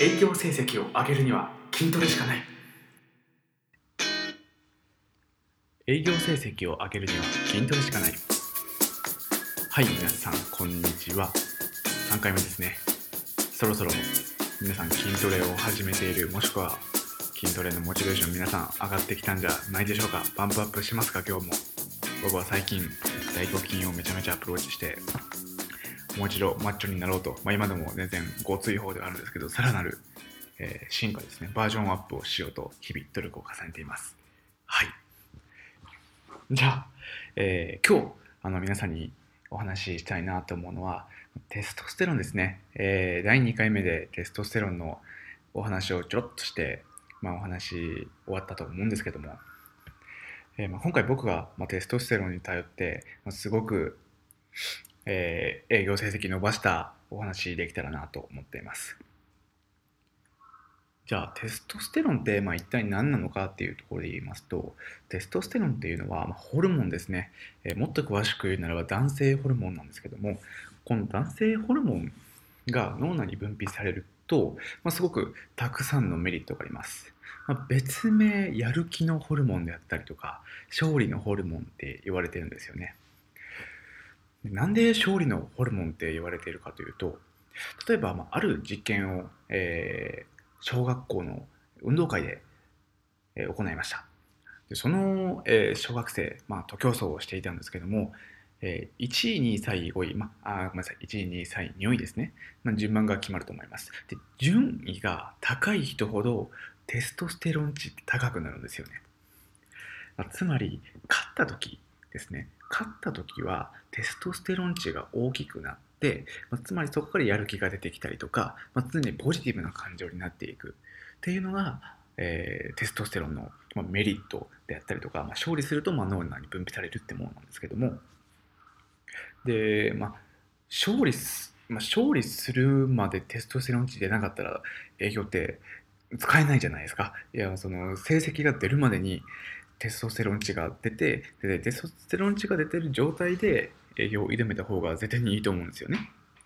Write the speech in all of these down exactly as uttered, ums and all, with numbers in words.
営業成績を上げるには筋トレしかない。営業成績を上げるには筋トレしかない。はい、皆さんこんにちは。さんかいめですね。そろそろ皆さん筋トレを始めている、もしくは筋トレのモチベーション皆さん上がってきたんじゃないでしょうか。バンプアップしますか今日も。僕は最近大胸筋をめちゃめちゃアプローチして、もう一度マッチョになろうと、まあ、今でも全然ごつい方ではあるんですけど、さらなる、えー、進化ですね、バージョンアップをしようと日々努力を重ねています。はい。じゃあ、えー、今日あの皆さんにお話ししたいなと思うのはテストステロンですね。えー、だいにかいめでテストステロンのお話をちょろっとして、まあ、お話終わったと思うんですけども、えーまあ、今回僕が、まあ、テストステロンに頼って、まあ、すごくえー、営業成績伸ばしたお話できたらなと思っています。じゃあテストステロンって、まあ、一体何なのかっていうところで言いますと、テストステロンっていうのは、まあ、ホルモンですね、えー、もっと詳しく言うならば男性ホルモンなんですけども、この男性ホルモンが脳内に分泌されると、まあ、すごくたくさんのメリットがあります。まあ、別名やる気のホルモンであったりとか勝利のホルモンって言われてるんですよね。なんで勝利のホルモンって言われているかというと、例えば、まあ、ある実験を、えー、小学校の運動会で、えー、行いました。でその、えー、小学生、まあ、徒競走をしていたんですけども、えー、いちい、にい、さんい、ごい、まあ、あごめんなさい、いちい、にい、さんい、よんいですね。まあ、順番が決まると思います。で、順位が高い人ほどテストステロン値って高くなるんですよね。まあ、つまり、勝った時ですね。勝った時はテストステロン値が大きくなって、まあ、つまりそこからやる気が出てきたりとか、まあ、常にポジティブな感情になっていくっていうのが、えー、テストステロンの、まあ、メリットであったりとか、まあ、勝利すると、まあ、脳内に分泌されるってものなんですけども、で、まあ、勝利す、まあ、勝利するまでテストステロン値出なかったら営業って使えないじゃないですか。いや、その成績が出るまでにテストステロン値が出て、でテストステロン値が出てる状態で営業を挑めた方が絶対にいいと思うんですよね。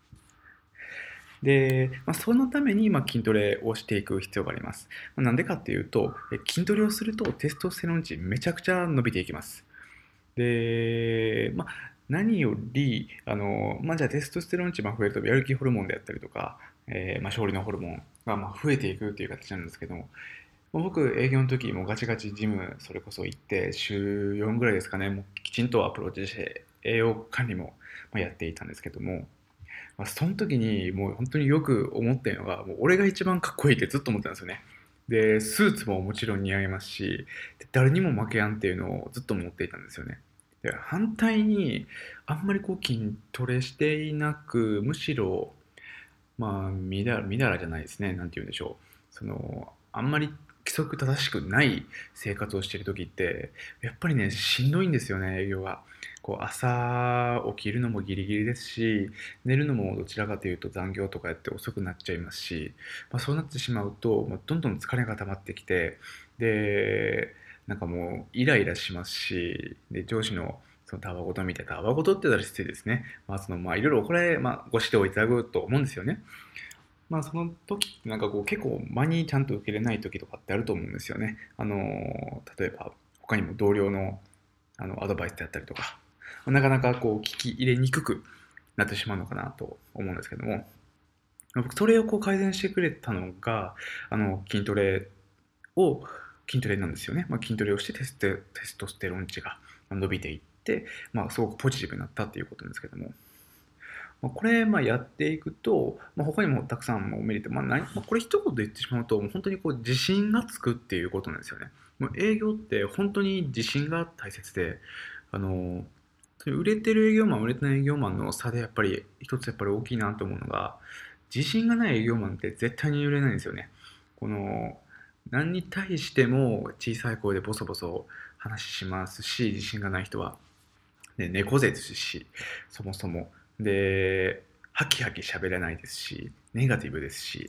で、まあ、そのために、まあ、筋トレをしていく必要があります。まあ、なんでかっていうと、筋トレをするとテストステロン値めちゃくちゃ伸びていきます。で、まあ、何より、あの、まあ、じゃあテストステロン値が増えるとやる気ホルモンであったりとか、えーまあ、勝利のホルモンがまあ増えていくという形なんですけども、僕営業の時もガチガチジムそれこそ行って週よんぐらいですかね、もうきちんとアプローチして栄養管理もやっていたんですけども、まあ、その時にもう本当によく思っているのが、もう俺が一番かっこいいってずっと思ってたんですよね。でスーツももちろん似合いますし、誰にも負けやんっていうのをずっと思っていたんですよね。で反対にあんまりこう筋トレしていなく、むしろまあみだみだらじゃないですね、なんて言うんでしょう、そのあんまり規則正しくない生活をしている時ってやっぱりねしんどいんですよね、営業が。こう朝起きるのもギリギリですし、寝るのもどちらかというと残業とかやって遅くなっちゃいますし、まあ、そうなってしまうともうどんどん疲れが溜まってきて、でなんかもうイライラしますし、で上司のそのたわごと見て、たわごとって言ったら失礼ですね。まあそのまあいろいろおこれ、まあ、ご指導いただくと思うんですよね。まあその時ってなんかこう結構間にちゃんと受けれない時とかってあると思うんですよね。あの例えば他にも同僚のあのアドバイスであったりとか、なかなかこう聞き入れにくくなってしまうのかなと思うんですけども、僕それをこう改善してくれたのがあの筋トレを筋トレなんですよね。まあ、筋トレをしてテステテストステロン値が伸びていって、まあ、すごくポジティブになったっていうことなんですけども、まあ、これまあやっていくと、まあ、他にもたくさんメリット、まあ何まあ、これ一言で言ってしまうと本当にこう自信がつくっていうことなんですよね。もう営業って本当に自信が大切で、あの売れてる営業マン売れてない営業マンの差でやっぱり一つやっぱり大きいなと思うのが、自信がない営業マンって絶対に売れないんですよね。この何に対しても小さい声でボソボソ話しますし、自信がない人は、ね、猫背ですし、そもそもでハキハキ喋れないですし、ネガティブですし、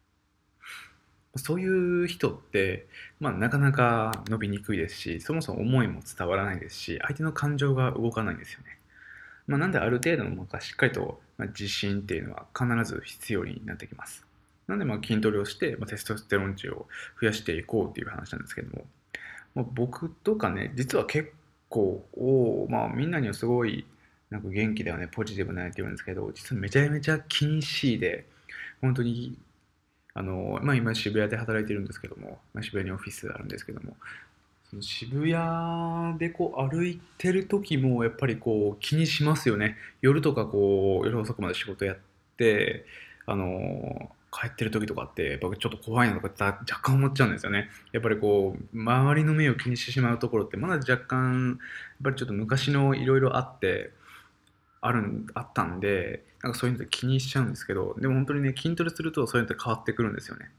そういう人って、まあ、なかなか伸びにくいですし、そもそも思いも伝わらないですし、相手の感情が動かないんですよね。まあ、なんである程度のなんかしっかりと、まあ、自信っていうのは必ず必要になってきます。 なんでまあ筋トレをして、まあ、テストステロン値を増やしていこうっていう話なんですけども、まあ、僕とかね、実は結構、おまあみんなにはすごい、なんか元気だよね、ポジティブなねって言うんですけど、実はめちゃめちゃ気にしいで、本当に、あの、まあ今渋谷で働いてるんですけども、まあ、渋谷にオフィスがあるんですけども、その渋谷でこう歩いてる時もやっぱりこう気にしますよね。夜とかこう夜遅くまで仕事やって、あの帰ってる時とかってやっぱちょっと怖いなとかって若干思っちゃうんですよね。やっぱりこう周りの目を気にしてしまうところってまだ若干やっぱりちょっと昔のいろいろあってあるんあったんで、なんかそういうのって気にしちゃうんですけど、でも本当にね筋トレするとそういうのって変わってくるんですよね。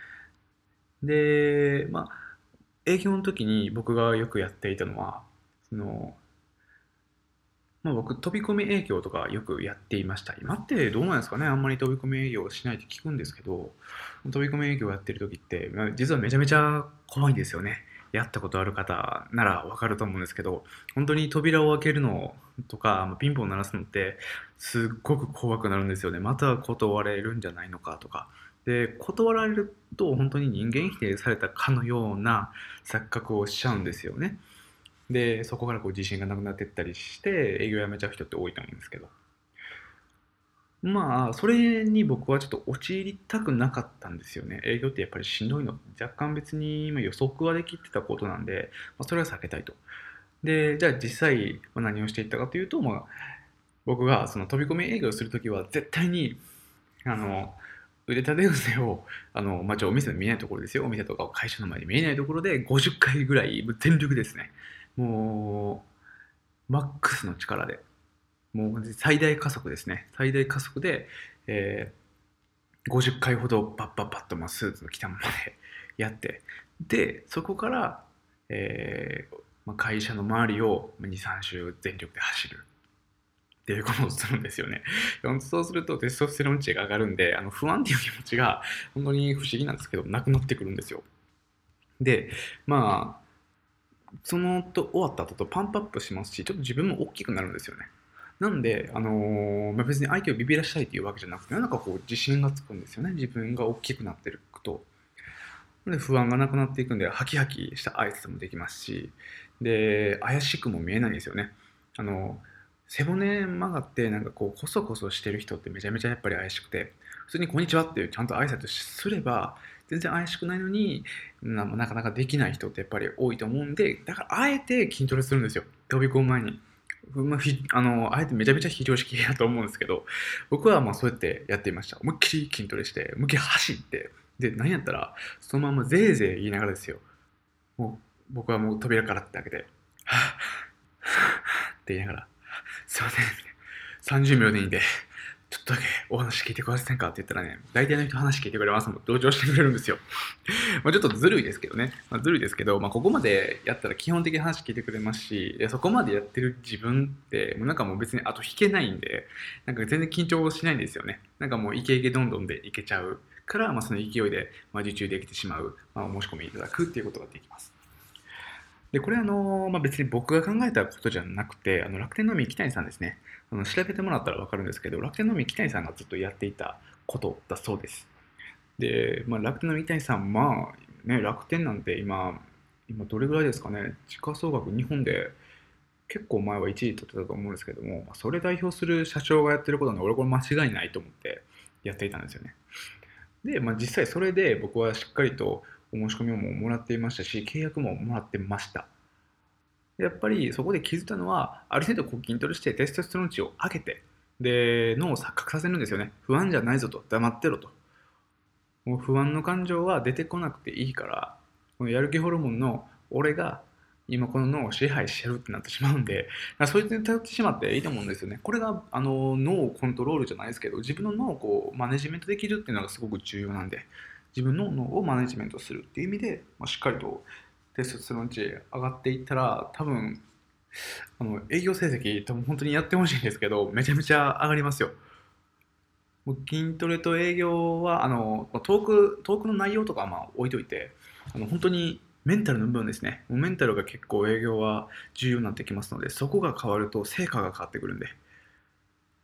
で、まあ営業の時に僕がよくやっていたのは、その、まあ、僕、飛び込み営業とかよくやっていました。今ってどうなんですかね、あんまり飛び込み営業しないって聞くんですけど、飛び込み営業やってる時って、まあ実はめちゃめちゃ怖いんですよね。やったことある方ならわかると思うんですけど、本当に扉を開けるのとか、まあピンポン鳴らすのって、すっごく怖くなるんですよね。また断れるんじゃないのかとか。で、断られると本当に人間否定されたかのような錯覚をしちゃうんですよね。で、そこからこう自信がなくなっていったりして、営業辞めちゃう人って多いと思うんですけど。まあ、それに僕はちょっと陥りたくなかったんですよね。営業ってやっぱりしんどいの、若干別にまあ予測はできてたことなんで、まあ、それは避けたいと。で、じゃあ実際まあ何をしていったかというと、まあ、僕がその飛び込み営業をするときは絶対に、あの、腕立て伏せを、あの、まあ、ちょお店の見えないところですよ。お店とか会社の前で見えないところでごじゅっかいぐらい、もう全力ですね。もう、マックスの力で、もう最大加速ですね。最大加速で、えー、ごじゅっかいほどパッパッパッと、まあ、スーツの着たままでやって、で、そこから、えーまあ、会社の周りをに、さん周全力で走る。っていうことをするんですよね。そうするとテストステロン値が上がるんで、あの不安っていう気持ちが本当に不思議なんですけど、なくなってくるんですよ。で、まあ、そのと終わった後とパンプアップしますし、ちょっと自分も大きくなるんですよね。なんで、あのーまあ、別に相手をビビらしたいというわけじゃなくて、なんかこう自信がつくんですよね。自分が大きくなっていくと。で、不安がなくなっていくんで、ハキハキした挨拶もできますし、で、怪しくも見えないんですよね。あの、背骨曲がって、なんかこう、コソコソしてる人ってめちゃめちゃやっぱり怪しくて、普通にこんにちはっていうちゃんと挨拶すれば、全然怪しくないのにな、なかなかできない人ってやっぱり多いと思うんで、だからあえて筋トレするんですよ。飛び込む前に。まあ、ひあの、あえてめちゃめちゃ非常識だと思うんですけど、僕はまあそうやってやっていました。思いっきり筋トレして、思いっきり走って、で、何やったら、そのままぜいぜい言いながらですよ。もう、僕はもう扉からって開けて、はぁ、はぁって言いながら、すいません、さんじゅうびょうでいいんで、ちょっとだけお話聞いてくださいかって言ったらね、大体の人話聞いてくれます。もん同情してくれるんですよ。まあちょっとずるいですけどね。まあ、ずるいですけど、まあ、ここまでやったら基本的に話聞いてくれますし、そこまでやってる自分って、もうなんかもう別にあと引けないんで、なんか全然緊張しないんですよね。なんかもうイケイケどんどんでいけちゃうから、まあ、その勢いで、まあ、受注できてしまう、まあ、お申し込みいただくっていうことができます。で、これあのまあ、別に僕が考えたことじゃなくて、あの楽天の三木谷さんですね。あの調べてもらったらわかるんですけど、楽天の三木谷さんがずっとやっていたことだそうです。で、まあ、楽天の三谷さん、まあ、ね、楽天なんて今、今どれぐらいですかね、時価総額日本で結構前はいちい取ってたと思うんですけども、まあそれ代表する社長がやってることは俺これ間違いないと思ってやっていたんですよね。で、まあ、実際それで僕はしっかりとお申し込みももらっていましたし、契約ももらってました。やっぱりそこで気づいたのは、ある程度こう筋トレしてテストステロン値を上げて、で、脳を錯覚させるんですよね。不安じゃないぞと、黙ってろと。もう不安の感情は出てこなくていいから、このやる気ホルモンの俺が今この脳を支配してるってなってしまうんで、そいつに頼ってしまっていいと思うんですよね。これがあの脳をコントロールじゃないですけど、自分の脳をこうマネジメントできるっていうのがすごく重要なんで、自分の脳をマネジメントするっていう意味で、まあ、しっかりとテストステロン値上がっていったら、多分あの営業成績多分本当にやってほしいんですけど、めちゃめちゃ上がりますよ。もう筋トレと営業はあのトークトークの内容とかはまあ置いといて、あの本当にメンタルの部分ですね。もうメンタルが結構営業は重要になってきますので、そこが変わると成果が変わってくるんで、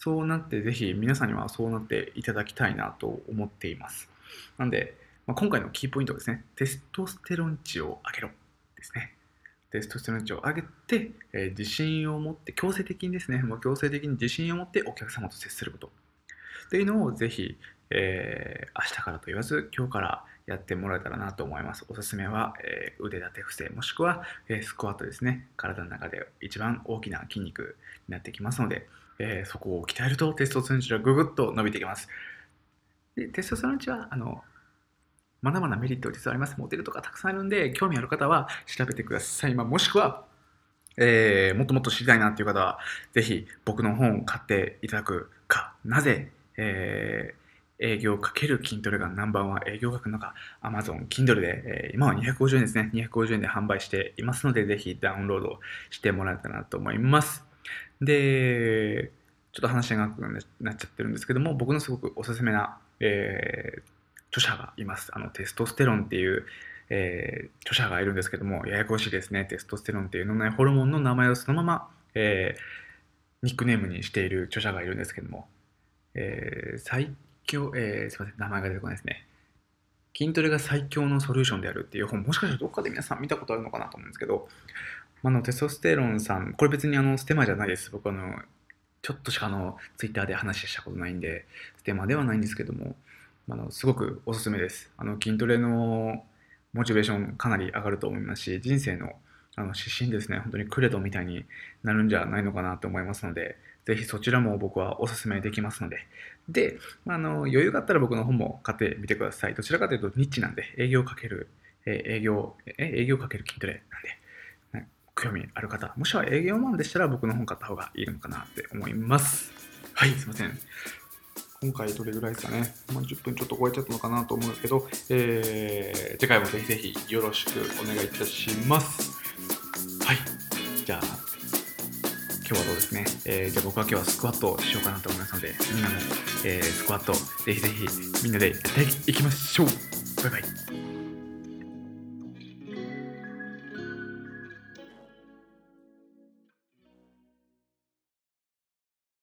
そうなってぜひ皆さんにはそうなっていただきたいなと思っています。なので、まあ、今回のキーポイントはですね、テストステロン値を上げろですね。テストステロン値を上げて、えー、自信を持って、強制的にですね、もう強制的に自信を持ってお客様と接することというのをぜひ、えー、明日からと言わず今日からやってもらえたらなと思います。おすすめは、えー、腕立て伏せもしくは、えー、スクワットですね。体の中で一番大きな筋肉になってきますので、えー、そこを鍛えるとテストステロン値がぐぐっと伸びてきます。でテストステロン値はあのまだまだメリット実はあります。モデルとかたくさんあるんで、興味ある方は調べてください。まあ、もしくは、えー、もっともっと知りたいなっていう方は、ぜひ僕の本を買っていただくか、なぜ、えー、営業×筋トレがナンバーワン営業学のか、Amazon Kindle で、えー、今はにひゃくごじゅうえんですね。にひゃくごじゅうえんで販売していますので、ぜひダウンロードしてもらえたらなと思います。で、ちょっと話が長くなっちゃってるんですけども、僕のすごくおすすめな、えー、著者がいます。あのテストステロンっていう、えー、著者がいるんですけども、ややこしいですね。テストステロンっていうのね、ホルモンの名前をそのまま、えー、ニックネームにしている著者がいるんですけども、えー、最強、えー、すいません、名前が出てこないですね。筋トレが最強のソリューションであるっていう本、もしかしたらどっかで皆さん見たことあるのかなと思うんですけど、あのテストステロンさん、これ別にあのステマじゃないです。僕あのちょっとしかあのツイッターで話したことないんで、ステマではないんですけども、あのすごくおすすめです。あの筋トレのモチベーションかなり上がると思いますし、人生のあの指針ですね、本当にクレドみたいになるんじゃないのかなと思いますので、ぜひそちらも僕はおすすめできますので、で、あの余裕があったら僕の本も買ってみてください。どちらかというとニッチなんで、営業かける、え営業、え営業かける筋トレなんで、ね、興味ある方、もしくは営業マンでしたら僕の本買った方がいいのかなって思います。はい、すいません。今回どれぐらいですかね、まあ、じゅっぷんちょっと超えちゃったのかなと思うんですけど、えー、次回もぜひぜひよろしくお願いいたします。はい、じゃあ今日はどうですね、えー、じゃあ僕は今日はスクワットをしようかなと思いますので、みんなも、えー、スクワットぜひぜひみんなでやっていきましょう。バイバイ。